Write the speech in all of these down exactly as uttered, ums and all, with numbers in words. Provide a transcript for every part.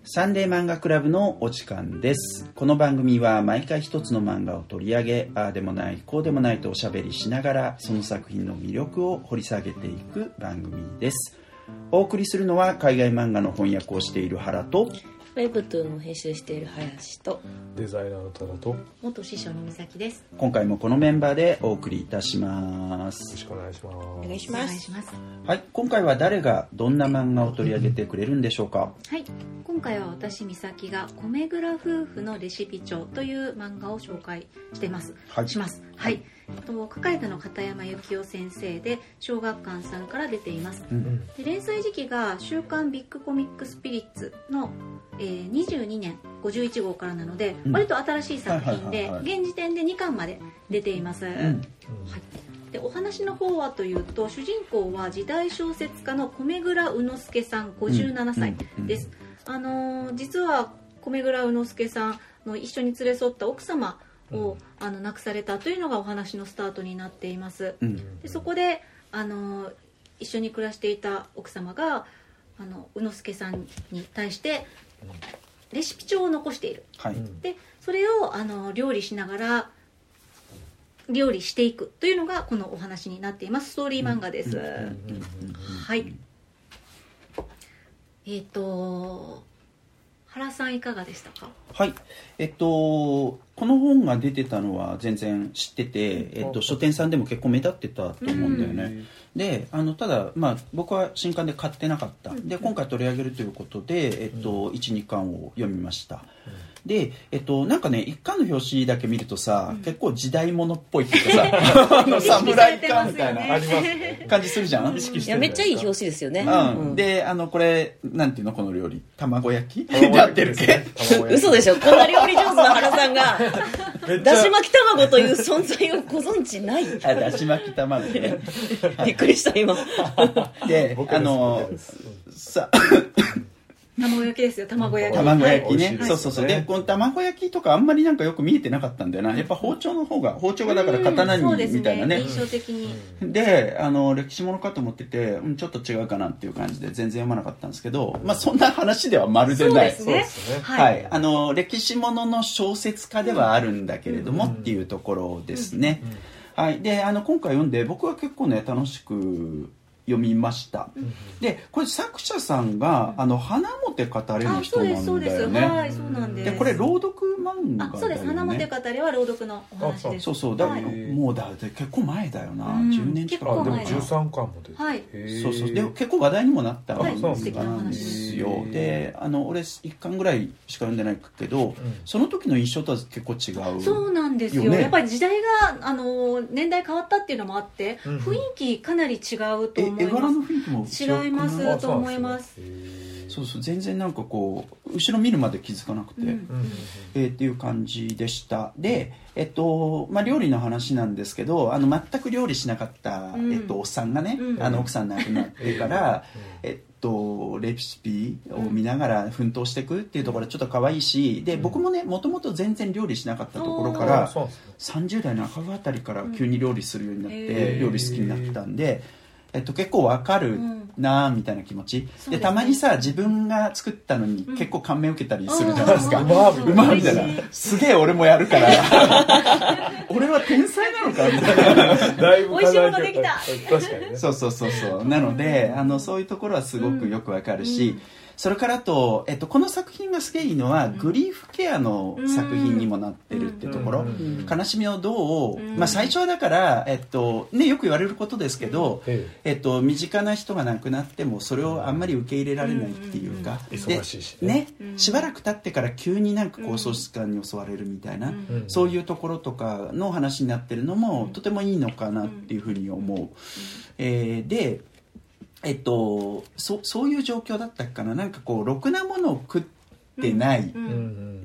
サンデー漫画クラブのお時間です。この番組は毎回一つの漫画を取り上げ、ああでもないこうでもないとおしゃべりしながらその作品の魅力を掘り下げていく番組です。お送りするのは海外漫画の翻訳をしている原とウェブトゥーンを編集している林とデザイナーの多田と元師匠の美咲です。 今回もこのメンバーでお送りいたします。 よろしくお願いします。 お願いしおます。 願いします。 はい、今回は誰がどんな漫画を取り上げてくれるんでしょうか。 はい、今回は私美咲が米蔵夫婦のレシピ帳という漫画を紹介しています。 はい、 します。はい。えっと書かれたの片山幸雄先生で小学館さんから出ています。 うん、 で連載時期が週刊ビッグコミックスピリッツの、えー、にじゅうにねんごじゅういちごうからなので、うん、割と新しい作品で現時点でにかんまで出ています。うん、はい。でお話の方はというと、主人公は時代小説家の米蔵宇之助さんごじゅうななさいです。あのー、実は米蔵宇之助さんの一緒に連れ添った奥様を、うん、あの亡くされたというのがお話のスタートになっています。うん、でそこで、あのー、一緒に暮らしていた奥様があの宇之助さんに対してレシピ帳を残している。はい、でそれをあの料理しながら料理していくというのがこのお話になっています。ストーリー漫画です。はい。えっと原さんいかがでしたか。 はい、えっとこの本が出てたのは全然知ってて、えっと、書店さんでも結構目立ってたと思うんだよね。であのただ、まあ、僕は新刊で買ってなかった。で今回取り上げるということで、えっと、いち、にかんを読みました。で、えっと、なんかね、いっかんの表紙だけ見るとさ、うん、結構時代物っぽいっていうかさ、あの侍かみたいな感じするじゃん。意識してる。 いやめっちゃいい表紙ですよね。 うんうん、で、あのこれなんていうのこの料理、卵焼きで合ってるっけ？ 嘘でしょ。こんな料理上手な原さんがだし巻き卵という存在をご存知ない。 あ、だし巻き卵ね。 びっくりした今。 で、あのさ。 卵焼きですよ。卵焼き。 卵焼きね。 はい、 そうそうそう。で、この卵焼きとかあんまりなんかよく見えてなかったんだよな。やっぱ包丁の方が、包丁がだから刀にみたいなね。 印象的に。 で、あの歴史ものかと思ってて、うん、ちょっと違うかなっていう感じで全然読まなかったんですけど、まあそんな話ではまるでない。 そうですね。 はい。あの歴史ものの小説家ではあるんだけれども、うん、っていうところですね。うん、はい。で、あの今回読んで僕は結構ね楽しく読みました。うん、でこれ作者さんがあの花もて語れの人なんだよね。 あ、そうですそうです。はい、そうなんです。 でこれ朗読漫画だよね。 あ、そうです。花もて語れは朗読のお話です。 そうそう。だからもうだ結構前だよな。うん、じゅうねん近く。 あ、でもじゅうさんかんも出て。 はい。 そうそう。で結構話題にもなった漫画なんですよ。で、あの俺いっかんぐらいしか読んでないけど、うん、その時の印象とは結構違う。 そうなんですよ。やっぱり時代があの年代変わったっていうのもあって、うん、雰囲気かなり違うと思います。 絵柄の雰囲気も違いますと思います。 そうそう、全然なんかこう後ろ見るまで気づかなくて、うん、えー、っていう感じでした。で、えっとまあ、料理の話なんですけど、あの全く料理しなかった、うん、えっと、おっさんがね、うん、あの奥さん亡くなってから、うん、えっとレシピを見ながら奮闘していくっていうところはちょっと可愛いし、で僕もねもともと全然料理しなかったところから、うん、さんじゅう代半ばあたりから急に料理するようになって、うん、料理好きになったんで、えっと、結構わかるなみたいな気持ち、うん、でたまにさ自分が作ったのに結構感銘を受けたりするじゃないですか。うまうまみたいな、すげえ俺もやるから俺は天才なのかみたいなだいぶ美味しいものできた確かにね。 そうそうそうそう。なのであのそういうところはすごくよくわかるし、うん、それからあと、えっと、この作品がすげえいいのは、うん、グリーフケアの作品にもなってるってところ、うん、悲しみをどう、うん、まあ、最初はだから、えっとね、よく言われることですけど、うん、えっと、身近な人が亡くなってもそれをあんまり受け入れられないっていうか、 うん、忙しいしね、ね、しばらく経ってから急になんかこう喪失感に襲われるみたいな、うん、そういうところとかの話になってるのも、うん、とてもいいのかなっていうふうに思う。えー、でえっと、そ, そういう状況だったかな。なんかこうろくなものを食ってない、うんうん、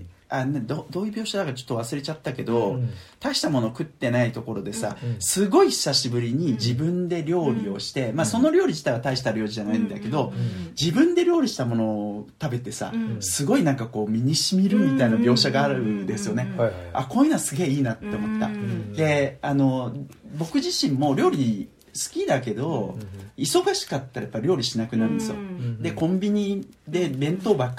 あね、ど, どういう描写だかちょっと忘れちゃったけど、うん、大したものを食ってないところでさ、うん、すごい久しぶりに自分で料理をして、うん、まあ、その料理自体は大した料理じゃないんだけど、うん、自分で料理したものを食べてさ、うん、すごいなんかこう身に染みるみたいな描写があるんですよね、うん、あ、こういうのはすげえいいなって思った、うん、で、あの僕自身も料理好きだけど、うん、忙しかったらやっぱ料理しなくなるんですよ、うん、でコンビニで弁当ばっか食って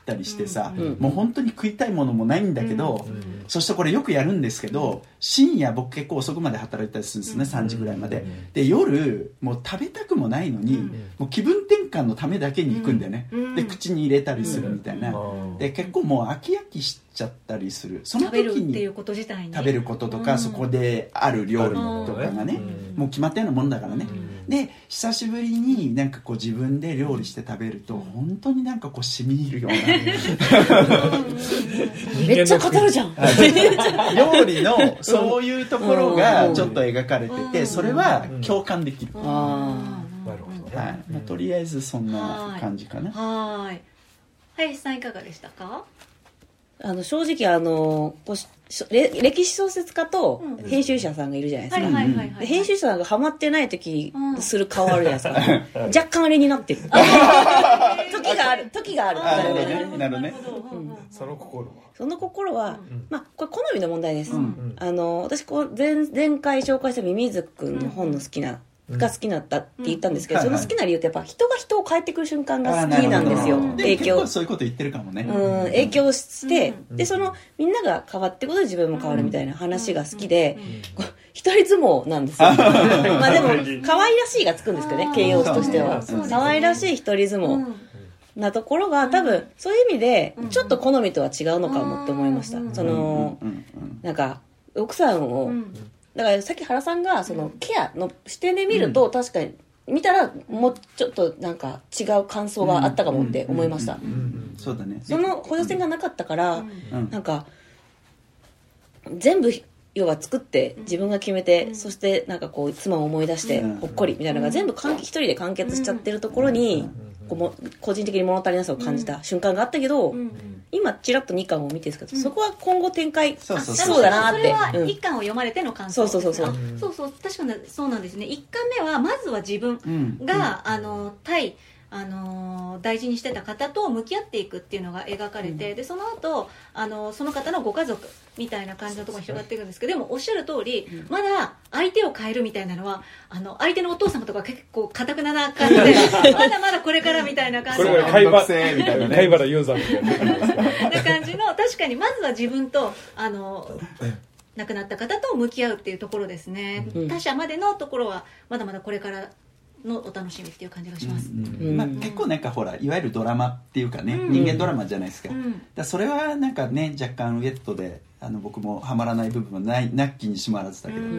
ったりしてさ、 うん、 もう本当に食いたいものもないんだけど、うん、そしてこれよくやるんですけど、深夜僕結構遅くまで働いたりするんですね、さんじぐらいまで。で夜もう食べたくもないのに、うん、もう気分転換のためだけに行くんだよね、うん、で口に入れたりするみたいな、うん、で結構もう飽き飽きしちゃったりする。その時に食べるっていうこと自体に食べることとか、うん、そこである料理とかがね、うん、もう決まったようなもんだからね、うん、で久しぶりになんかこう自分で料理して食べると本当になんかこう染み入るようなめっちゃ語るじゃん料理のそういうところがちょっと描かれてて、それは共感できる。 あなるほどね、 はい、まあ、とりあえずそんな感じかな。 はい。林さんいかがでしたか？ あの正直あのこう歴史小説家と編集者さんがいるじゃないですか。編集者さんがハマってない時する顔あるじゃないですか。若干あれになってる。時がある時がある。 なるほどね。なるほどね。 その心は。 その心は、まあこれ好みの問題です。あの私こう前前回紹介したミミズくんの本の好きな。が好きだったって言ったんですけど、うん、その好きな理由ってやっぱ人が人を変えてくる瞬間が好きなんですよ。影響。 結構そういうこと言ってるかもね。 うん、影響して、うん、でそのみんなが変わってことで自分も変わるみたいな話が好きで、うん、一人相撲なんですよ。まあでも可愛らしいがつくんですけどね、形容詞としては。可愛らしい一人相撲なところが多分そういう意味でちょっと好みとは違うのかもって思いました。そのなんか奥さんをだからさっき原さんがそのケアの視点で見ると確かに見たらもうちょっとなんか違う感想があったかもって思いました。 そうだね。 その補助線がなかったからなんか全部要は作って自分が決めてそしてなんかこう妻を思い出してほっこりみたいなのが全部一人で完結しちゃってるところにこうも個人的に物足りなさを感じた瞬間があったけど、今ちらっとにかんを見てるんですけど、うん、そこは今後展開そうそうそうだなって。それはいっかんを読まれての感想ですか？ そうそうそうそう。そうそう確かにそうなんですね。いっかんめはまずは自分が、うん、あの対あの大事にしてた方と向き合っていくっていうのが描かれて、うん、でその後あのその方のご家族みたいな感じのところに広がっていくんですけど、でもおっしゃる通り、うん、まだ相手を変えるみたいなのはあの相手のお父様とか結構堅くなな感じでまだまだこれからみたいな感じの貝原みたいなね貝原雄山みたいな感じの確かにまずは自分とあの亡くなった方と向き合うっていうところですね、うん、他者までのところはまだまだこれからのお楽しみっていう感じがします、 うんうんまあ、結構なんかほらいわゆるドラマっていうかね、うん、人間ドラマじゃないですか、うん、だそれはなんかね若干ウェットであの僕もハマらない部分はないなきにしもあらずだけど、うん、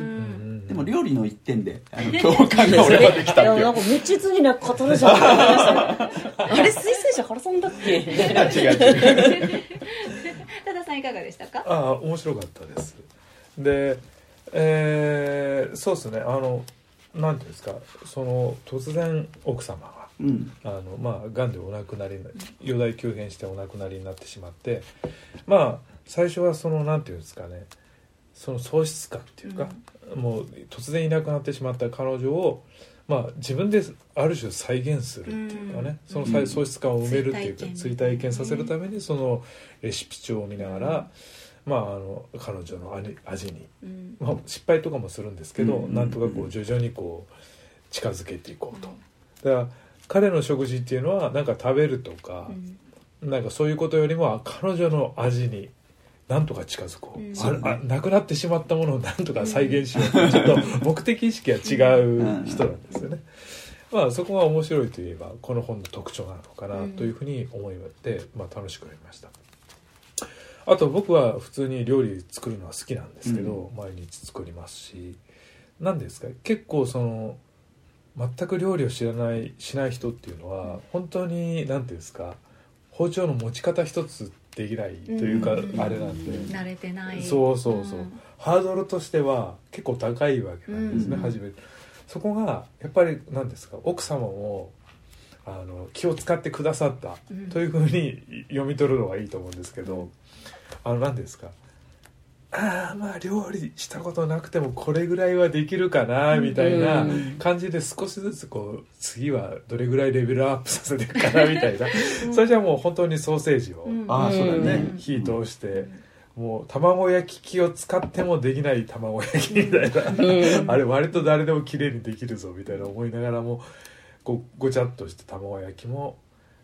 でも料理の一点であの共感が俺はできたんでなんかめっちゃになんか語るじゃんあれ推薦者原さんだっけ違う違う多田さんいかがでしたか？ ああ面白かったです。で、えー、そうですねあのなんていうんですかその突然奥様が、うんあのまあ、がんでお亡くなり容体急変してお亡くなりになってしまってまあ最初はそのなんていうんですかねその喪失感っていうか、うん、もう突然いなくなってしまった彼女を、まあ、自分である種再現するっていうかね、うん、その喪失感を埋めるっていうか、うん、追体験させるためにそのレシピ帳を見ながら、うんまあ、あの彼女の味に、うんまあ、失敗とかもするんですけど、うん、なんとかこう徐々にこう近づけていこうと、うん、だから彼の食事っていうのはなんか食べるとか、うん、なんかそういうことよりも彼女の味になんとか近づこう、うん、ああなくなってしまったものをなんとか再現しようと、うん、ちょっと目的意識が違う人なんですよね、うん、まあそこが面白いといえばこの本の特徴なのかなというふうに思いまして、まあ、楽しく読みました。あと僕は普通に料理作るのは好きなんですけど、うん、毎日作りますし何ですか結構その全く料理を知らないしない人っていうのは本当に何ていうんですか包丁の持ち方一つできないというか、うん、あれなんで慣れてないそうそうそう、うん、ハードルとしては結構高いわけなんですね、うん、初めてそこがやっぱり何ですか奥様もあの気を使ってくださったというふうに読み取るのがいいと思うんですけど、うんあの何ですかああまあ料理したことなくてもこれぐらいはできるかなみたいな感じで少しずつこう次はどれぐらいレベルアップさせていくかなみたいなそれじゃもう本当にソーセージを、うん、あそうだね火通して、うん、もう卵焼き器を使ってもできない卵焼きみたいな、うん、あれ割と誰でも綺麗にできるぞみたいな思いながらもこうごちゃっとして卵焼きも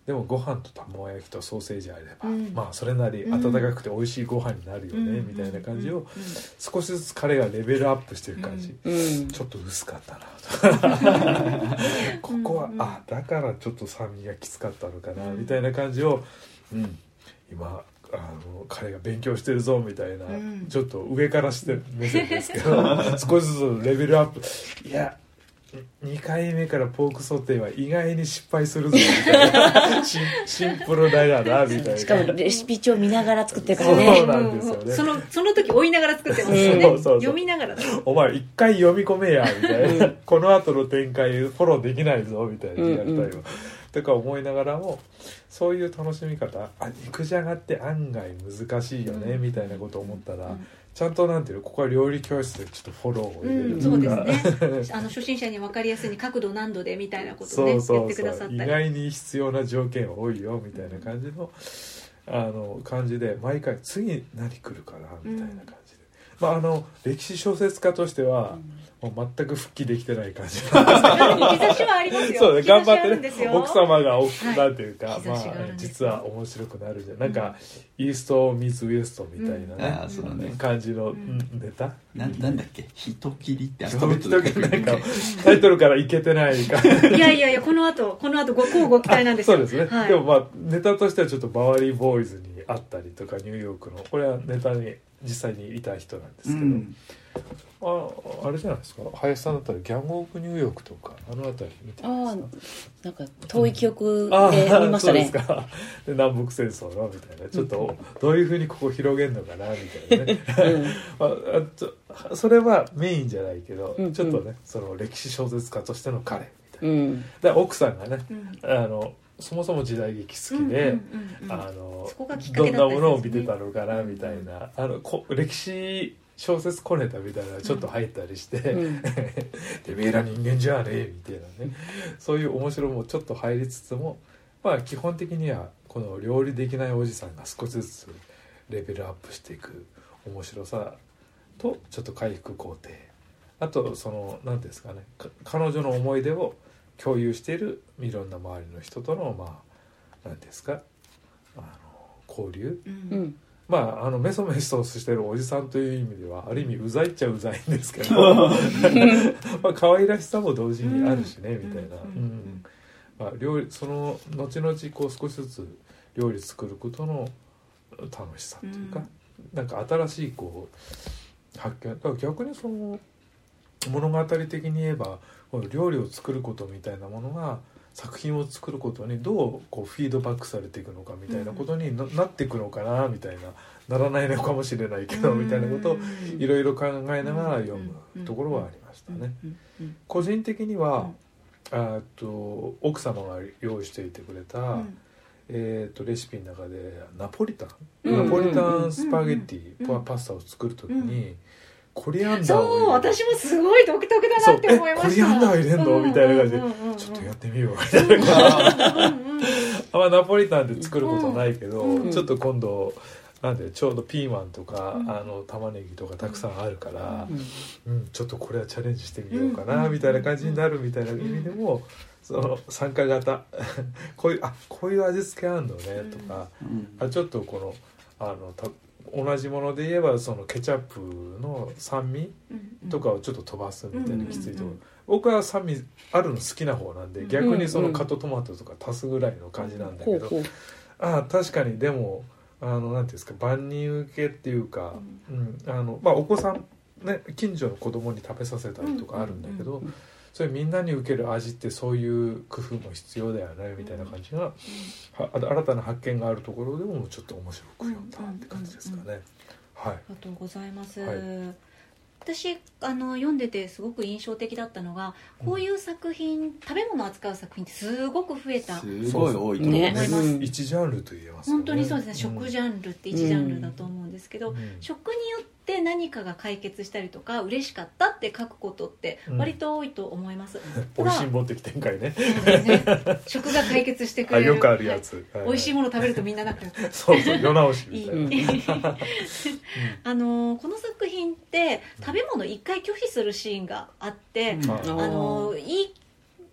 でもご飯と卵焼きとソーセージあれば、うん、まあそれなり温かくて美味しいご飯になるよね、うん、みたいな感じを少しずつ彼がレベルアップしてる感じ、うん、ちょっと薄かったなここはあだからちょっと酸味がきつかったのかな、みたいな感じを、うん、今あの彼が勉強してるぞみたいな、うん、ちょっと上からして目線ですけど少しずつレベルアップ、いやにかいめからポークソテーは意外に失敗するぞみたいなシ, シンプルだよなみたいな。 しかもレシピ帳見ながら作ってるからね。 そうなんですよね。 そのその時追いながら作ってますよね。そうそうそう、読みながらお前一回読み込めやみたいなこの後の展開フォローできないぞみたいなやったりは、うんうん、とか思いながらも、そういう楽しみ方、あ肉じゃがって案外難しいよね、うん、みたいなことを思ったら、うん、ちゃんとなんていうの、ここは料理教室でちょっとフォローを入れるとか、うん、 そうですねあの初心者に分かりやすいに角度何度でみたいなことをね、そうそうそう、やってくださったり、 意外に必要な条件多いよみたいな感じの、あの感じで毎回次何来るかなみたいな感じで、うん、まああの歴史小説家としては、うん、もう全く復帰できてない感じなんです兆しはありますよ。 そうね、頑張ってね、奥様がお、はい、なんていうか、まあ実は面白くなるじゃん、なんか、うん、イーストミーツウエストみたいなね、うん、ね感じの、うん、ネタな, なんだっけ、人切りってアルファベットでなんかタイトルからいけてない感じいやいやいや、この後この後ご交互期待なんですよ。 そうですね、はい、でもまあネタとしてはちょっとバワリーボーイズにあったりとか、ニューヨークのこれはネタに実際にいた人なんですけど、うん、あ, あれじゃないですか、林さんだったらギャング・オブ・ニューヨークとかあのあたり見てますか。 あ、なんか遠い記憶で見ましたね、 うん、そうですか。で南北戦争のみたいな、ちょっとどういうふうにここ広げるのかなみたいなね、うんああそれはメインじゃないけど、うんうん、ちょっとねその歴史小説家としての彼みたいな、うん、で奥さんがね、うん、あのそもそも時代劇好きで、あのどんなものを見てたのかなみたいな、あのこ歴史小説小ネタみたいなのちょっと入ったりして、うん、てめえら人間じゃねえみたいなね、そういう面白もちょっと入りつつも、まあ基本的にはこの料理できないおじさんが少しずつレベルアップしていく面白さと、ちょっと回復工程、あとその何ですかね、彼女の思い出を共有しているいろんな周りの人との、まあ何ですか、あの交流、うん、まああのメソメソしてるおじさんという意味ではある意味うざいっちゃうざいんですけどまあ可愛らしさも同時にあるしね、うん、みたいな、うんうんまあ、料理その後々こう少しずつ料理作ることの楽しさというか、うん、なんか新しいこう発見だから、逆にその物語的に言えばこの料理を作ることみたいなものが作品を作ることにどうこうフィードバックされていくのかみたいなことに な,、うん、なっていくのかなみたいな、ならないのかもしれないけど、うん、みたいなことをいろいろ考えながら読むところはありましたね。個人的には、うん、あと奥様が用意していてくれた、うんえー、とレシピの中でナポリタン、うん、ナポリタンスパゲッティ、うん、パスタを作るときに、うんコリアンダーをそう私もすごい独特だなって思いました。 コリアンダー入れんの、うん、みたいな感じで、うんうんうん、ちょっとやってみようみたいなあんまナポリタンで作ることないけど、うん、ちょっと今度なんでちょうどピーマンとか、うん、あの玉ねぎとかたくさんあるから、うんうん、ちょっとこれはチャレンジしてみようかな、うん、みたいな感じになるみたいな意味でも、その参加型こういうあこういう味付けあんのねとか、うん、あちょっとこのあのた同じもので言えばそのケチャップの酸味とかをちょっと飛ばすみたいなきついところ、うんうん、僕は酸味あるの好きな方なんで、逆にそのカットトマトとか足すぐらいの感じなんだけど、うんうん、あ確かにでもあのなんていうんですか万人受けっていうか、うんうんあのまあ、お子さんね近所の子供に食べさせたりとかあるんだけど、うんうんうん、それみんなに受ける味ってそういう工夫も必要だよねみたいな感じが、うん、新たな発見があるところでもちょっと面白く読んだって感じですかね、うんうんうんうん、はい、ありがとうございます、 はい、 私あの読んでてすごく印象的だったのが、こういう作品、うん、食べ物を扱う作品ってすごく増えた、 すごい多いと思います、 ね、一ジャンルと言えますよね。 本当にそうですね、食ジャンルって一ジャンルだと思うんですけど、うん、食によって何かが解決したりとか嬉しかったって書くことって割と多いと思います、 うん、美味しいもん的展開ねね食が解決してくれる、 あよくあるやつ、 はい、美味しいもの食べるとみんな仲良くそうそう世直しみたいな、いいあのこの作品って食べ物一回拒否するシーンがあって、うん、あのいい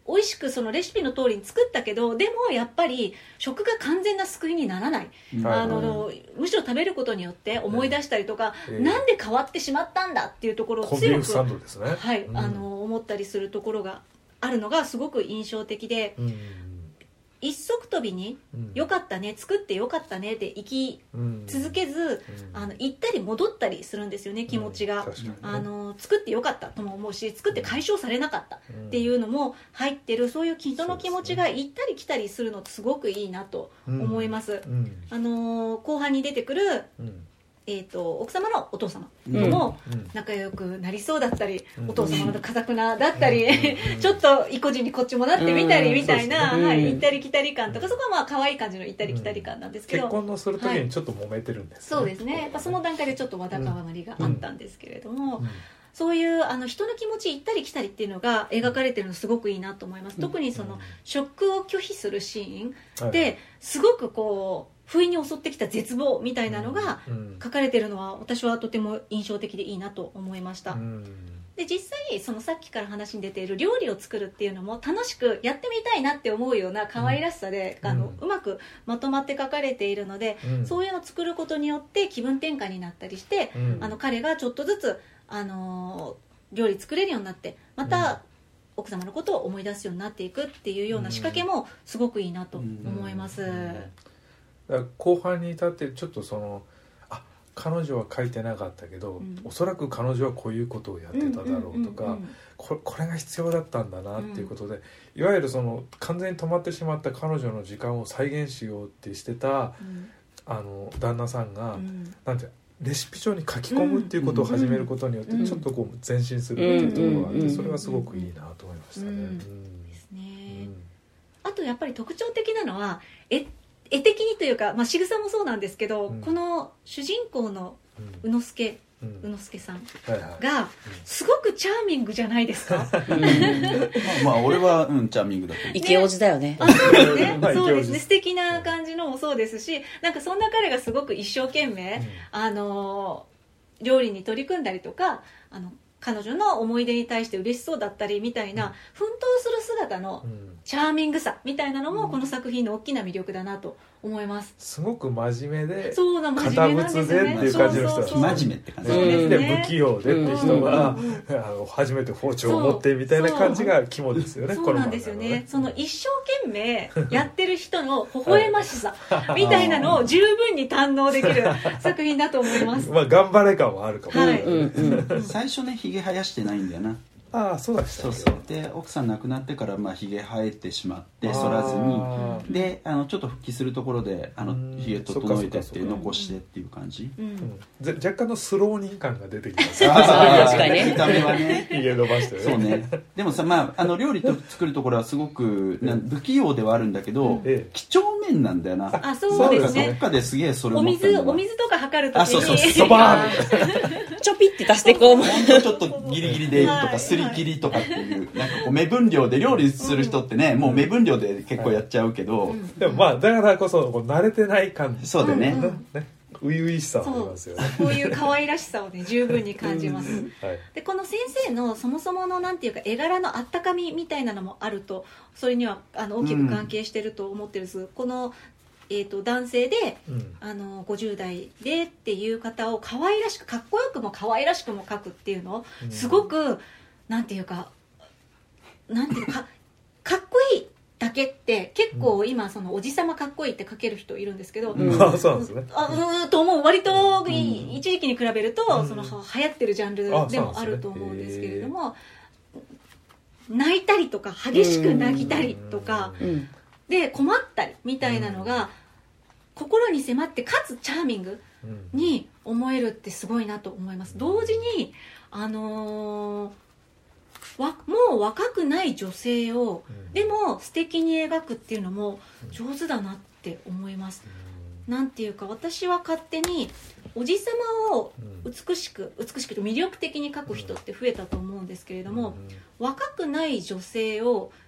美味しくそのレシピの通りに作ったけど、でもやっぱり食が完全な救いにならない、うん、あのむしろ食べることによって思い出したりとか、うん、なんで変わってしまったんだっていうところを強く、 コンビーフサンドですね、 はい、うん、あの思ったりするところがあるのがすごく印象的で、うん、一足飛びによかったね、作ってよかったねで生き続けず、うん、あの行ったり戻ったりするんですよね、気持ちが、うん、あの作ってよかったとも思うし、作って解消されなかったっていうのも入ってる、そういう人の気持ちが行ったり来たりするのってすごくいいなと思います、うん、あの後半に出てくる、うんえー、と奥様のお父様とも仲良くなりそうだったり、うん、お父様のかたくなだったり、うん、ちょっと意固地にこっちもなってみたりみたいな、うんねはい、行ったり来たり感とか、そこはまあ可愛い感じの行ったり来たり感なんですけど、 結婚のする時にちょっと揉めてるんです、ねはい、そうですね、やっぱその段階でちょっとわだかまりがあったんですけれども、うんうん、そういうあの人の気持ち行ったり来たりっていうのが描かれてるのすごくいいなと思います、うん、特にその食を拒否するシーンですごくこう不意に襲ってきた絶望みたいなのが書かれているのは私はとても印象的でいいなと思いました、うん、で実際そのさっきから話に出ている料理を作るっていうのも楽しくやってみたいなって思うような可愛らしさで、うん、あのうまくまとまって書かれているので、うん、そういうのを作ることによって気分転換になったりして、うん、あの彼がちょっとずつ、あのー、料理作れるようになってまた、うん奥様のことを思い出すようになっていくっていうような仕掛けもすごくいいなと思います、うんうんだから後半に至ってちょっとそのあ彼女は書いてなかったけど、うん、おそらく彼女はこういうことをやってただろうとか、うんうんうんうん、こ, これが必要だったんだなっていうことで、うん、いわゆるその完全に止まってしまった彼女の時間を再現しようってしてた、うん、あの旦那さんが、うん、なんてレシピ帳に書き込むっていうことを始めることによってちょっとこう前進するっていうところがあってそれはすごくいいなと思いましたね。 ですね。あとやっぱり特徴的なのはえ絵的にというか、まあ、仕草もそうなんですけど、うん、この主人公の宇之助、うん、宇之助さんがすごくチャーミングじゃないですか、うんまあ、 まあ俺は、うん、チャーミングだと思う、 イケオジだよね。 あそうですねそうですね素敵な感じのもそうですし、なんかそんな彼がすごく一生懸命、うん、あの料理に取り組んだりとか、あの彼女の思い出に対して嬉しそうだったりみたいな、うん、奮闘する姿のチャーミングさみたいなのもこの作品の大きな魅力だなと思います。 すごく真面目でそうな真面目なんですよね。 堅物でっていう感じの人だ。 真面目って感じで、で不器用でっていう人が、うんうん、あの初めて包丁を持ってみたいな感じが肝ですよね。 そうなんですよね。その一生懸命やってる人の微笑ましさみたいなのを十分に堪能できる作品だと思います。 まあ頑張れ感はあるかも、 はいうんうん、最初ねひげ生やしてないんだよな。 ああそうだしたそうそうで奥さん亡くなってからまあひげ生えてしまって剃らずにであのちょっと復帰するところであのひげ整えてって残してっていう感じ、 うんうん、若干のスローニン感が出てきますあ確かにね見た目はねひげ伸ばしてねそうねでもさ、まあ、あの料理と作るところはすごくなん不器用ではあるんだけど、ええ、几帳面なんだよな。 あそうですね。 どっかですげえそれをお水お水とか測るときにあそうそうそばーちょぴって出してこうほんとちょっとギリギリでいいとかすり切りとかっていうなんかこう目分量で料理する人ってね、うん、もう目分量で結構やっちゃうけど、 うん、でもまあだからこそこう慣れてない感じそうだね、うんうんね初々しさはありますよね。 こういう可愛らしさをね十分に感じます、うんはい、でこの先生のそもそものなんていうか絵柄のあったかみみたいなのもあるとそれにはあの大きく関係してると思ってるんです、うん、この、えー、と男性で、うん、あのごじゅう代でっていう方を可愛らしくかっこよくも可愛らしくも描くっていうのをすごく、うん、なんていうかなんていうかかっこいいだけって結構今そのおじさまかっこいいって書ける人いるんですけど、 うん、あそうなんですねあうーと思う割と、うん、一時期に比べると、うん、その流行ってるジャンルでもあると思うんですけれども、泣いたりとか激しく泣いたりとか、うん、で困ったりみたいなのが、うん、心に迫ってかつチャーミングに思えるってすごいなと思います。同時にあのーわもう若くない女性を、うん、でも素敵に描くっていうのも上手だなって思います、うん、なんていうか私は勝手におじさまを美しく美しく魅力的に描く人って増えたと思うんですけれども、うん、若くない女性を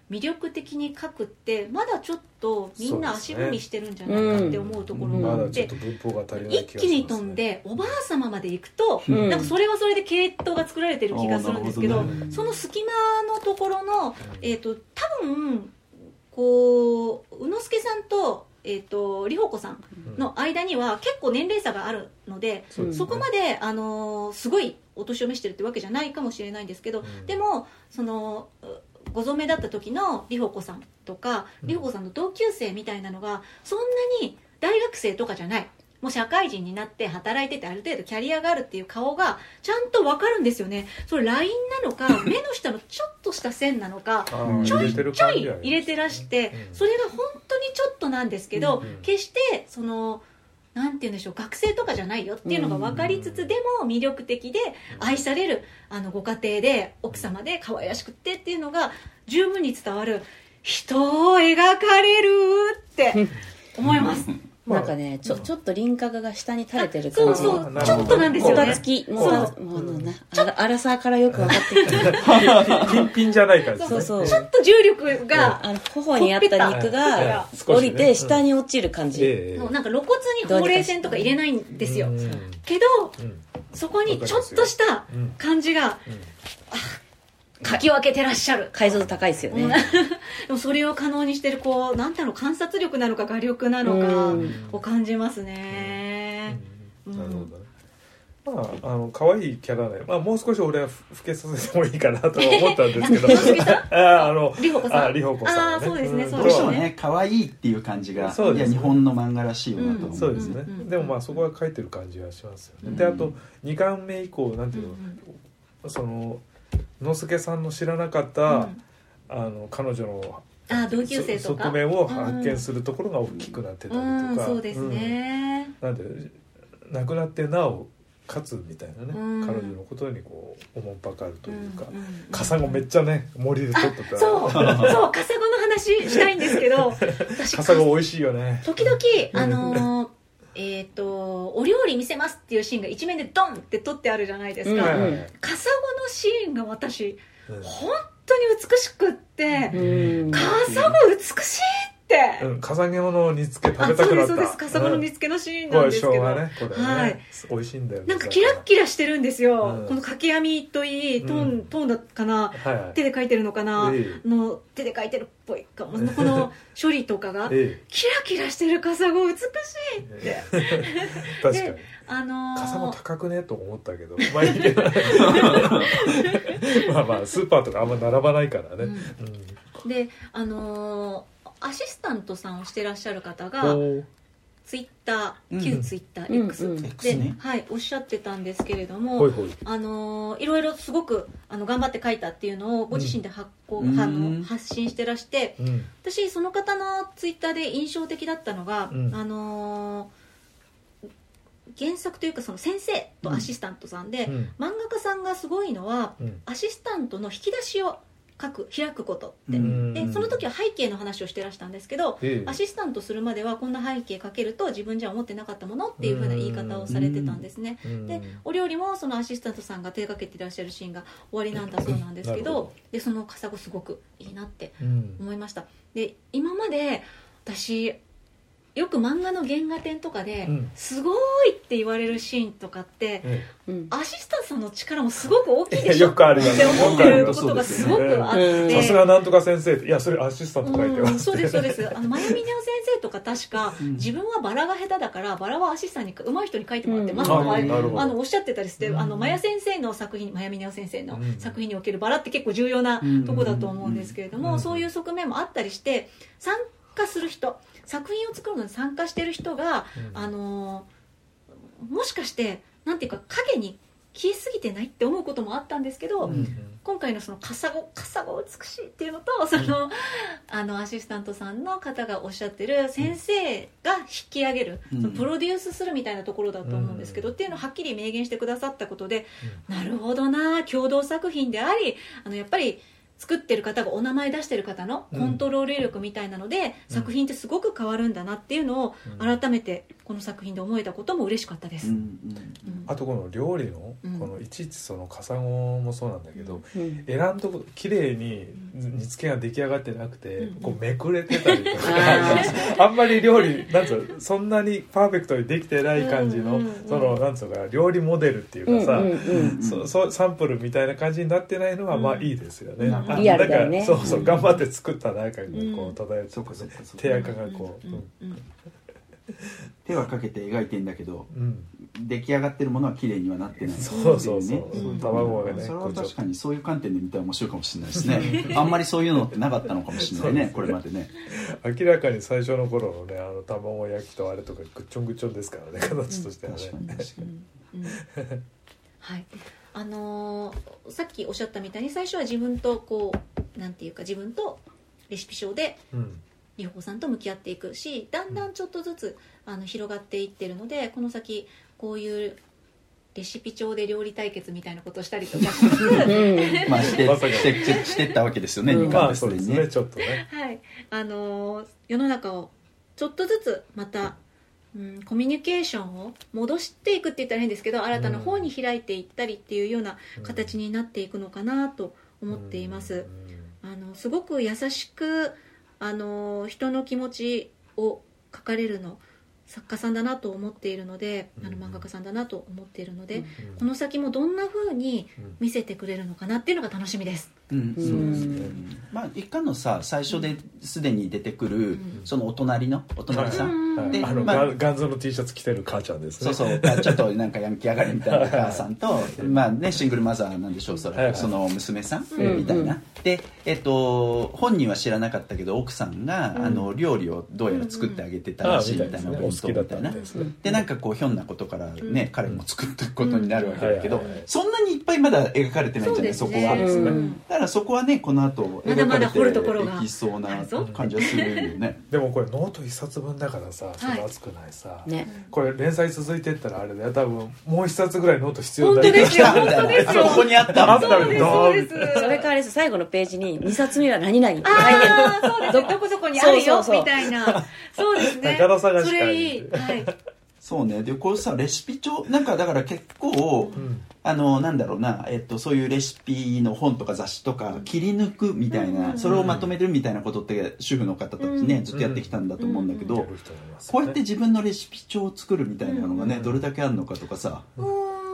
魅力的に書くってまだちょっとみんな足踏みしてるんじゃないかって思うところがあって、一気に飛んでおばあ様まで行くと、うん、なんかそれはそれで系統が作られてる気がするんですけど、ね、その隙間のところの、えーと、多分こう宇之助さんとえー、と里穂子さんの間には結構年齢差があるので、うん、そこまで、あのー、すごいお年を召してるってわけじゃないかもしれないんですけど、うん、でもそのご存命だった時の里穂子さんとか里穂子さんの同級生みたいなのがそんなに大学生とかじゃない、もう社会人になって働いててある程度キャリアがあるっていう顔がちゃんと分かるんですよね。それラインなのか目の下のちょっとした線なのかちょいちょい入れてらして、それが本当にちょっとなんですけど、決してそのなんて言うんでしょう、学生とかじゃないよっていうのが分かりつつでも魅力的で愛されるあのご家庭で奥様で可愛らしくってっていうのが十分に伝わる人を描かれるって思いますなんかね、ちょ、ちょっと輪郭が下に垂れてる感じ。 そうそう、ちょっとなんですよね。 もたつき、もた、もうな、あらさからよく分かってきた。ピンピンじゃない感じ。 そうそう。ちょっと重力が、 あの、頬にあった肉が降りて下に落ちる感じ。 もうなんか露骨にほうれい線とか入れないんですよ。けど、そこにちょっとした感じが、書き分けてらっしゃる。 解像度高いですよね。 でもそれを可能にしてるこうなんていうの、観察力なのか画力なのかを感じますね。 なるほどね。まああの可愛いキャラで、まあもう少し俺は老けさせてもいいかなと思ったんですけど。ああの里穂子さん。 あ里穂子さん、 あそうですね。 どうしてもね可愛いっていう感じが、いや日本の漫画らしいよなと思う。 そうですね。でもまあそこは書いてる感じはしますよね。であとにかんめ以降なんていうの、その野助さんの知らなかった、うん、あの彼女のあ同級生とか側面を発見するところが大きくなってたりとか、うんうん、そうですね、 うん、なんで亡くなってなお勝つみたいなね、うん、彼女のことにこうおもんぱかるというか、うんうんうん、カサゴめっちゃね森で取ってたそうそうカサゴの話したいんですけどカサゴ美味しいよね時々あのーえー、とお料理見せますっていうシーンが一面でドンって撮ってあるじゃないですか、うんうん、カサゴのシーンが私、うん、本当に美しくって、うん、カサゴ美しいって、 うん、カサゴの煮付け食べたくなった。 そうですそうです、カサゴの煮付けのシーンなんですけど、うん、ねこれね、はい、 美味しいんだよね。 なんかキラッキラしてるんですよ、うん、この掛け網といいトーン、うん、トーンだかな、はいはい、手で描いてるのかな、ええ、の手で描いてるっぽいかもこの処理とかが、ええ、キラキラしてるカサゴ美しいって、ええ、確かにあのー、カサゴ高くねと思ったけどまあいいけどまあまあスーパーとかあんま並ばないからね、うんうん、であのーアシスタントさんをしてらっしゃる方がツイッター、旧ツイッター X で、うんうんはい、おっしゃってたんですけれども、ほいほい、あのいろいろすごくあの頑張って書いたっていうのをご自身で発行、うん、あの発信してらして、うん、私その方のツイッターで印象的だったのが、うん、あの原作というかその先生とアシスタントさんで、うん、漫画家さんがすごいのは、うん、アシスタントの引き出しを書く開くことってでその時は背景の話をしてらしたんですけど、ええ、アシスタントするまではこんな背景書けると自分じゃ思ってなかったものっていう風な言い方をされてたんですね。でお料理もそのアシスタントさんが手がけていらっしゃるシーンが終わりなんだそうなんですけど、どでそのカサゴすごくいいなって思いました。で今まで私よく漫画の原画展とかで、うん、すごいって言われるシーンとかって、うん、アシスタントさんの力もすごく大きいでしょよくあるよって思ってることがすごくあってさすがなんとか先生いやそれアシスタント書いてます、うん、 そうですそうですあのマヤミネオ先生とか確か、うん、自分はバラが下手だからバラはアシスタントに上手い人に書いてもらって、うん、まずはあのおっしゃってたりして、うん、あのマヤ先生の作品マヤミネオ先生の作品におけるバラって結構重要なとこだと思うんですけれども、うん、そういう側面もあったりして参加する人作品を作るのに参加してる人が、うん、あのもしかしてなんていうか影に消えすぎてないって思うこともあったんですけど、うん、今回のそのカサゴカサゴ美しいっていうのとその、うん、あのアシスタントさんの方がおっしゃってる先生が引き上げる、うん、そのプロデュースするみたいなところだと思うんですけど、うん、っていうのをはっきり明言してくださったことで、うん、なるほどな共同作品でありあのやっぱり作ってる方がお名前出してる方のコントロール力みたいなので、うん、作品ってすごく変わるんだなっていうのを改めてこの作品で思えたことも嬉しかったです、うんうんうん、 あとこの料理のこのいちいちそのカサゴもそうなんだけど、うん、選んど綺麗に煮付けが出来上がってなくて、うん、こうめくれてたりとか、うん、あんまり料理なんつうそんなにパーフェクトにできてない感じの、うんうんうん、そのなんつうか料理モデルっていうかさ、うんうんうん、そそサンプルみたいな感じになってないのはまあいいですよね、うん、 リアルだよね。 そうそう頑張って作った中にこう漂ってくる手垢がこう、うんうんうん、 手はかけて描いてんだけど、うん、出来上がってるものは綺麗にはなってない、ね、 そうそうそう、うん、卵がね、 それは確かにそういう観点で見たら面白いかもしれないですねあんまりそういうのってなかったのかもしれないねこれまでね。 明らかに最初の頃のねあの卵焼きとあれとかぐっちょんぐっちょんですからね形としてはね、 うん、確かに確かに、うんうん、 はいあのー、さっきおっしゃったみたいに最初は自分とこうなんていうか自分とレシピ帳で里穂子さんと向き合っていくし、だんだんちょっとずつあの広がっていってるのでこの先こういうレシピ帳で料理対決みたいなことをしたりとかしつつまあしてしてしてったわけですよね、うん、 まあそうですねちょっとね、 はいあのー、世の中をちょっとずつまたうん、コミュニケーションを戻していくって言ったら変ですけど新たな方に開いていったりっていうような形になっていくのかなと思っています、うん、あのすごく優しくあの人の気持ちを書かれるの作家さんだなと思っているので、あの漫画家さんだなと思っているので、うん、この先もどんな風に見せてくれるのかなっていうのが楽しみです。 うん、そうですね。まあ一巻のさ最初ですでに出てくる、うん、そのお隣のお隣さん、 うん、で、あの、まあ、ガンズの T シャツ着てる母ちゃんですね。 そうそうちょっとなんかヤンキー上がりみたいなお母さんとまあねシングルマザーなんでしょうそれ、はいはい、その娘さん、うん、みたいな。でえっと本人は知らなかったけど奥さんが、うん、あの料理をどうやら作ってあげてたらしいみたいな、うん、お弁当みたいな。でなんかこうひょんなことからね、うん、彼も作っていくことになるわけだけど、うんはいはいはい、そんなにいっぱいまだ描かれてないんじゃない、 そ, ね、そこは、うん、だからそこはねこの後描かれていきそうな感じはするよねでもこれノート一冊分だからさそんな熱くないさ、はいね、これ連載続いてったらあれだよ多分もう一冊ぐらいノート必要だよ。 本当ですよ本当ですよここにあったあったそうですそうですそれからです最後のページににさつめは何々って書いてああそうですどこどこにあるよそうそうそうみたいなそうですね宝探しそれいいはいそうね、でこれさレシピ帳なんかだから結構、うん、あのなんだろうな、えっと、そういうレシピの本とか雑誌とか切り抜くみたいな、うん、それをまとめるみたいなことって主婦の方たちね、うん、ずっとやってきたんだと思うんだけど、うんうん、こうやって自分のレシピ帳を作るみたいなのがね、うん、どれだけあるのかとかさ、 うん、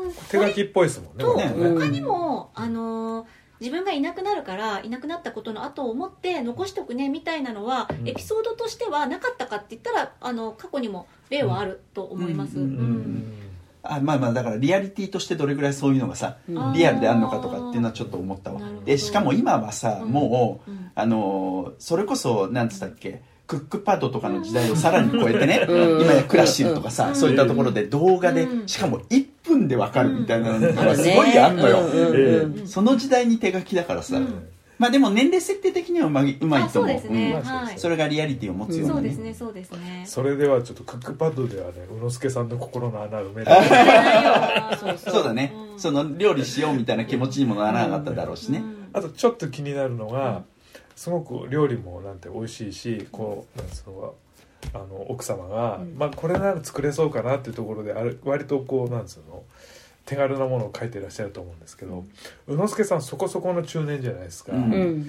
手書きっぽいですもんね。 とね他にも、あのー自分がいなくなるからいなくなったことの後を思って残しておくねみたいなのは、うん、エピソードとしてはなかったかって言ったらあの過去にも例はあると思います、うんうんうん、 あまあまあだからリアリティとしてどれぐらいそういうのがさ、うん、リアルであるのかとかっていうのはちょっと思ったわ。でしかも今はさ、うん、もう、うん、あのそれこそなんつったっけクックパッドとかの時代をさらに超えてね今やクラッシュとかさ、うん、そういったところで動画で、うん、しかもいっぷんでわかるみたいなのがすごいあんのよ、うんうん、その時代に手書きだからさ、うん、まあでも年齢設定的にはうまい、うまいと思う。そうですね、うんはい、それがリアリティを持つような、ね、 そうですねそうですね。 それではちょっとクックパッドではね宇之助さんの心の穴埋めらそうそうそうだね、うん、その料理しようみたいな気持ちにもならなかっただろうしね、うんうん、 あとちょっと気になるのが、うんすごく料理もなんて美味しいしこうなんつうのあの奥様が、うんまあ、これなら作れそうかなっていうところである割とこうなんつうの手軽なものを書いていらっしゃると思うんですけど、宇之助さんそこそこの中年じゃないですか、うん、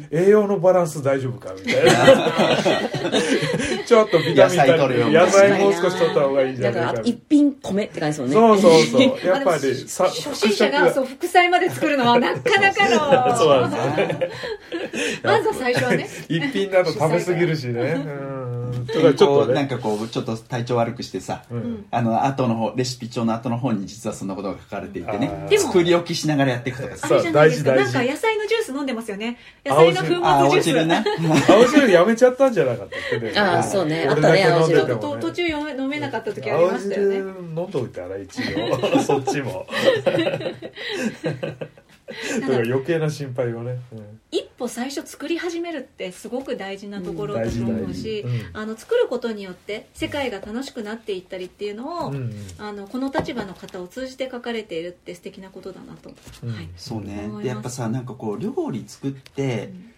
栄養のバランス大丈夫かみたいなちょっとビタミン野菜もう少し取った方がいいんじゃないかだから一品米って感じですよね。そうそうそうやっぱりさ初心者がそう副菜まで作るのはなかなかのそうなんですねまずは最初はね一品だと食べ過ぎるしねうんちょっとねなんかこうちょっと体調悪くしてさ、うん、あの後の方レシピ帳の後の方に実はそんなことが書かれていてね作り置きしながらやっていくとかさあれじゃないですかなんか野菜のジュース飲んでますよね野菜の粉末ジュース青汁ね青汁やめちゃったんじゃなかったっけねああそうねあったね青汁ちょっと途中飲めなかった時ありましたよね青汁飲んどいたら一応そっちもだから余計な心配をね、うん、 一歩最初作り始めるってすごく大事なところだと思うし、うん、あの作ることによって世界が楽しくなっていったりっていうのを、うんうん、あのこの立場の方を通じて書かれているって素敵なことだなと、 うんはい、 そうねでやっぱさなんかこう料理作って、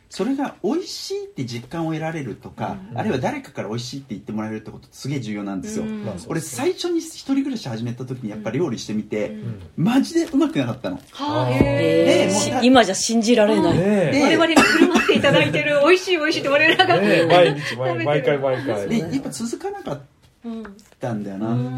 それが美味しいって実感を得られるとか、うん、あるいは誰かから美味しいって言ってもらえるってことってすげえ重要なんですよ、うん、俺最初に一人暮らし始めた時にやっぱ料理してみて、うん、マジでうまくなかったの、 はへー今じゃ信じられない、 ね、我々に振る舞っていただいてる美味しい美味しいって我々が、 ね、毎日毎毎回毎回でやっぱ続かなかったんだよな、うん、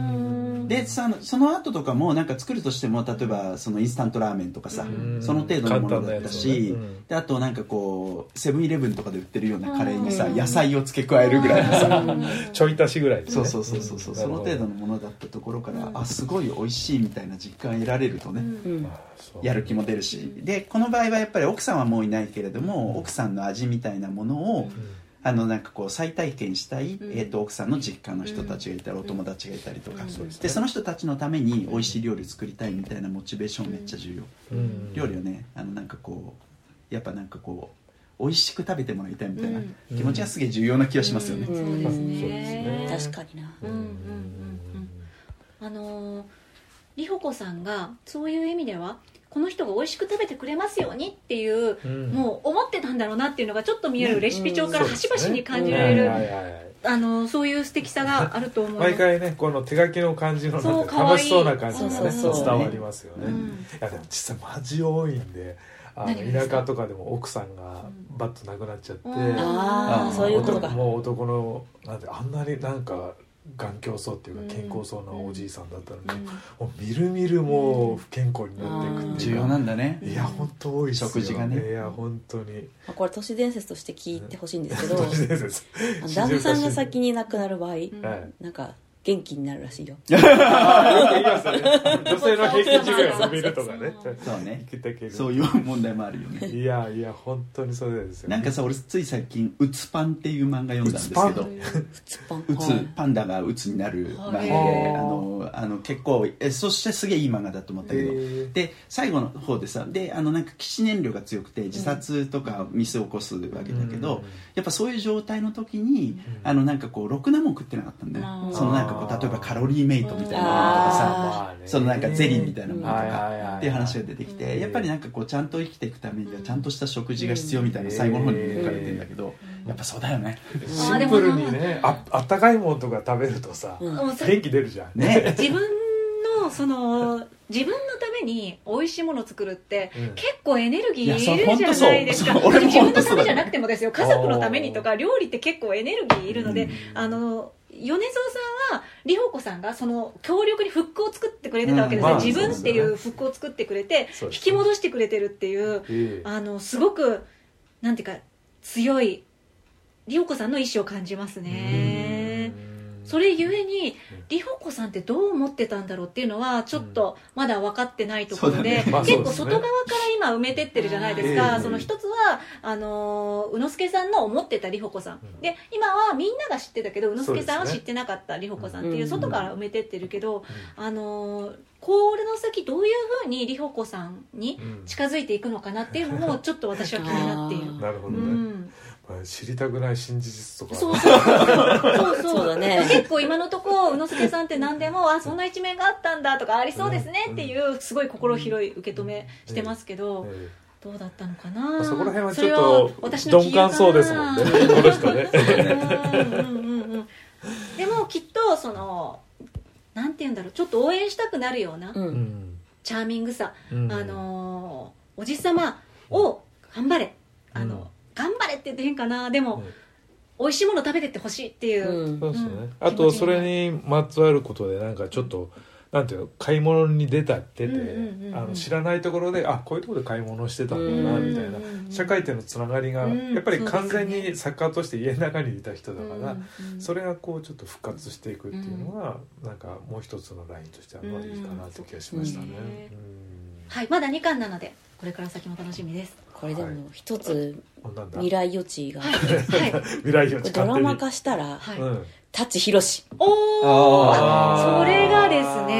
でさその後とかもなんか作るとしても例えばそのインスタントラーメンとかさ、うん、その程度のものだったし、ねうん、であとなんかこうセブンイレブンとかで売ってるようなカレーにさ、うん、野菜を付け加えるぐらいのさ、うん、 ちょい足しぐらいで、ね、 そうそうそうそうそう、うん、その程度のものだったところから、うん、あすごい美味しいみたいな実感得られるとね、うん、やる気も出るし、でこの場合はやっぱり奥さんはもういないけれども、うん、奥さんの味みたいなものを、うんあのなんかこう再体験したい、うんえー、と奥さんの実家の人たちがいたり、うん、お友達がいたりとか、うん、でその人たちのために美味しい料理を作りたいみたいなモチベーションめっちゃ重要、うん、料理をねあのなんかこうやっぱなんかこう美味しく食べてもらいたいみたいな気持ちがすげえ重要な気がしますよね、うんうん、そうですね確かにな、うんうんうんうん、あのー、りほこさんがそういう意味ではこの人が美味しく食べてくれますようにっていう、うん、もう思ってたんだろうなっていうのがちょっと見える、レシピ帳から端々に感じられる、あのそういう素敵さがあると思う毎回ねこの手書きの感じのなんか楽しそうな感じが、ね、伝わりますよね、うん、いやでも実際マジ多いんであの田舎とかでも奥さんがバッと亡くなっちゃって、うん、 あそういうことかもう男のなんてあんなになんか眼鏡そうっていうか健康そうなおじいさんだったのに、うん、もうみるみるもう不健康になっていくっていうか、 重要なんだね。 いや本当多いですよ食事がね。 いや本当にこれ都市伝説として聞いてほしいんですけど、 都市伝説旦那さんが先に亡くなる場合、うん、なんか元気になるらしいよ。 よく言いますよね。女性の平均寿命を伸びるとかね。 そうね。そういう問題もあるよね。 いやいや本当にそれですよ、ね。 なんかさ俺つい最近うつパンっていう漫画読んだんですけど、 うつパン、 うつパンダがうつになる漫画で、あのあの結構えそしてすげえいい漫画だと思ったけど、で最後の方でさであのなんか起死燃料が強くて自殺とかミスを起こすわけだけど、うん、やっぱそういう状態の時に、うん、あのなんかこうろくなもん食ってなかったんだよ。そのなんかこう例えばカロリーメイトみたいなものとかさ、そのなんかゼリーみたいなものとかっていう話が出てきて、やっぱりなんかこうちゃんと生きていくためにはちゃんとした食事が必要みたいな最後の方に書かれてるんだけど、やっぱそうだよね。 シンプルにね あ, あったかいものとか食べるとさ、うん、元気出るじゃんね。自分のその自分のために美味しいものを作るって、うん、結構エネルギーいるじゃないですか。自分のためじゃなくてもですよ、家族のためにとか料理って結構エネルギーいるので、うん、あの米蔵さんはりほこさんがその強力にフックを作ってくれてたわけですね、うんまあ、自分っていうフックを作ってくれて、引き戻してくれてるっていう、えー、あのすごくなんていうか強いりほこさんの意志を感じますね。それゆえにりほこさんってどう思ってたんだろうっていうのはちょっとまだ分かってないところで、うんねまあ、結構外側から今埋めてってるじゃないですか、うん、その一つはあの宇之助さんの思ってたりほこさん、うん、で今はみんなが知ってたけど宇之助さんは知ってなかったりほこさんっていう外から埋めてってるけど、うん、あのこれの先どういうふうにりほこさんに近づいていくのかなっていうのもちょっと私は気になっている。 なるほどね、うん知りたくない新事実とかそうそうそうそうそうだね。結構今のところ宇之助さんって何でもあそんな一面があったんだとかありそうですねっていうすごい心広い受け止めしてますけど、えーえー、どうだったのかな。 そこら辺はちょっと鈍感そうですもんねこの人ねうんうんうんうん。でもきっとそのなんて言うんだろう、ちょっと応援したくなるような、うん、チャーミングさ、うん、あのおじさまを頑張れ、あの、うん頑張れって言って変かな。でも、うん、美味しいもの食べてってほしいっていう、うん、 そうですね、うん、あとそれにまつわることでなんかちょっとなんていうの買い物に出たってて、うんうんうん、あの知らないところであこういうところで買い物してたんだなみたいな、うんうん、社会とのつながりがやっぱり完全に作家として家の中にいた人だから、うんうん、それがこうちょっと復活していくっていうのは、うん、なんかもう一つのラインとしてはまあいいかなって気がしましたね、うんうん、 はい、まだにかんなのでこれから先も楽しみです。 これでも一つ未来予知が、はいはい、未来予知ドラマ化したら、はい、舘ひろしおーそれがですね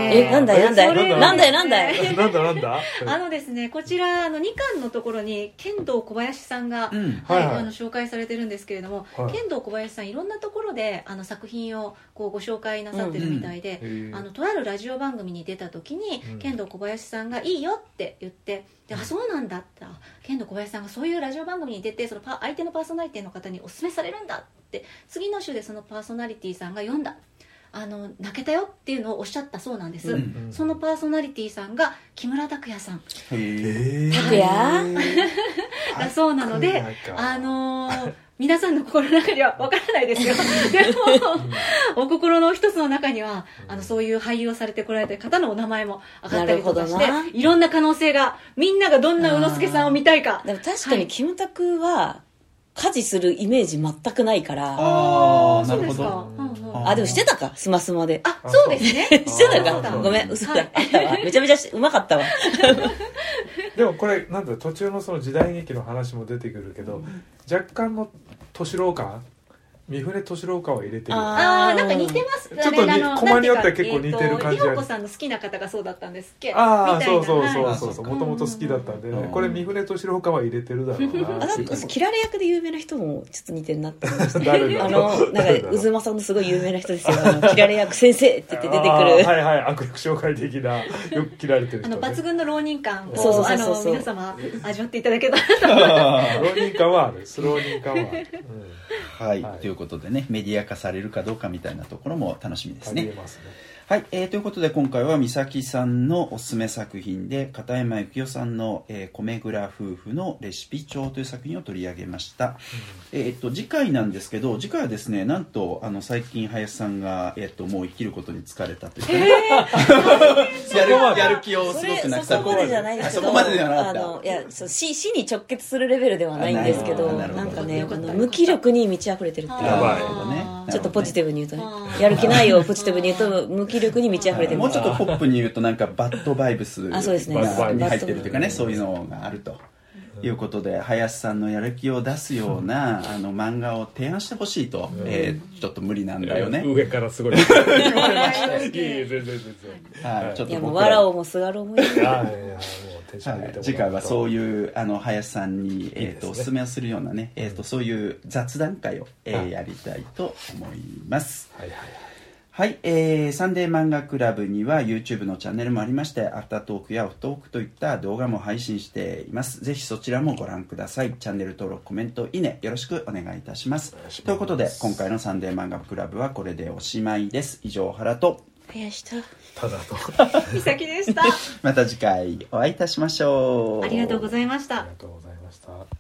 え、なんだいなんだいなんだいなんだいなんだなんだあのですね、こちらあのにかんのところに剣道小林さんが、うんはいはい、あの紹介されてるんですけれども、はい、剣道小林さんいろんなところであの作品をこうご紹介なさってるみたいで、うんうん、あのとあるラジオ番組に出た時に、うん、剣道小林さんがいいよって言ってで、あ、そうなんだって、剣道小林さんがそういうラジオ番組に出てそのパ相手のパーソナリティの方にお勧めされるんだって次の週でそのパーソナリティさんが読んだ、あの泣けたよっていうのをおっしゃったそうなんです、うんうん、そのパーソナリティさんが木村拓哉さん、 へ拓哉だそうなので、あのー、皆さんの心の中にはわからないですよでもお心の一つの中にはあのそういう俳優をされてこられた方のお名前も上がったりとかしていろんな可能性が、みんながどんな宇之助さんを見たいか。 でも確かにキムタクは家事するイメージ全くないから。 ああ、なるほど。あ、でもしてたか、スマスマで。 あ、そうですね。 してたか。ごめん、嘘だ。あったわ。めちゃめちゃうまかったわ。 でもこれなんだ途中のその時代劇の話も出てくるけど、若干の敏郎感、三船敏郎感は入れてる。 ああ、なんか似てますね。 ちょっとコマによっては結構似てる感じ。 ひよこさんの好きな方がそうだったんですっけ。 ああ、そうそうそうそうそう。もともと好きだったんでね。これ三船敏郎感は入れてるだろうな。 あ、私キラレ役で有名な人もちょっと似てるなって思いました。あのなんか渦政のすごい有名な人ですよ。あのキラレ役先生って言って出てくる。 はいはい、悪役紹介的なよく切られてる人。 あの抜群の浪人感をそうそうそうあの皆様味わっていただけたら。浪人感はある。スロー人感はある。 はい、ということでね、メディア化されるかどうかみたいなところも楽しみですね。 ありえますね。 はい、えー、ということで今回は美咲さんのおすすめ作品で片山幸代さんの、えー、米蔵夫婦のレシピ帳という作品を取り上げました、うん、えー、っと次回なんですけど、次回はですね、なんとあの最近林さんが、えー、っともう生きることに疲れたというか、ね、えー、やる、やる気をすごくなくさそこまでじゃないですけど、 そこまでではなかった。 あのいやそう死、死に直結するレベルではないんですけど、な, なんかね、あの無気力に満ち溢れてるっていうやばい、 ね、 ちょっとポジティブに言うとね、やる気ないをポジティブに言うと無気力に満ち溢れてる。 もうちょっとポップに言うとなんかバッドバイブスがあ、そうですね、 に入ってるというかね、そういうのがあるということで、林さんのやる気を出すようなあの漫画を提案してほしいと、うん、えー、ちょっと無理なんだよね、 上からすごい言われました。いいえ全然全然、はい、ちょっと僕ら、いやもうわらおもすがろうもいいはい、次回はそういうあの林さんに、えー、とおすすめをするようなね、えー、とそういう雑談会を、えー、やりたいと思います。はいはいはい、えー、サンデー漫画クラブには YouTube のチャンネルもありまして、アフタートークやオフトークといった動画も配信しています。ぜひそちらもご覧ください。チャンネル登録、コメント、いいねよろしくお願いいたします。ということで今回のサンデー漫画クラブはこれでおしまいです。以上、原と林とただと美咲でした。 また次回お会いいたしましょう。 ありがとうございました。 ありがとうございました。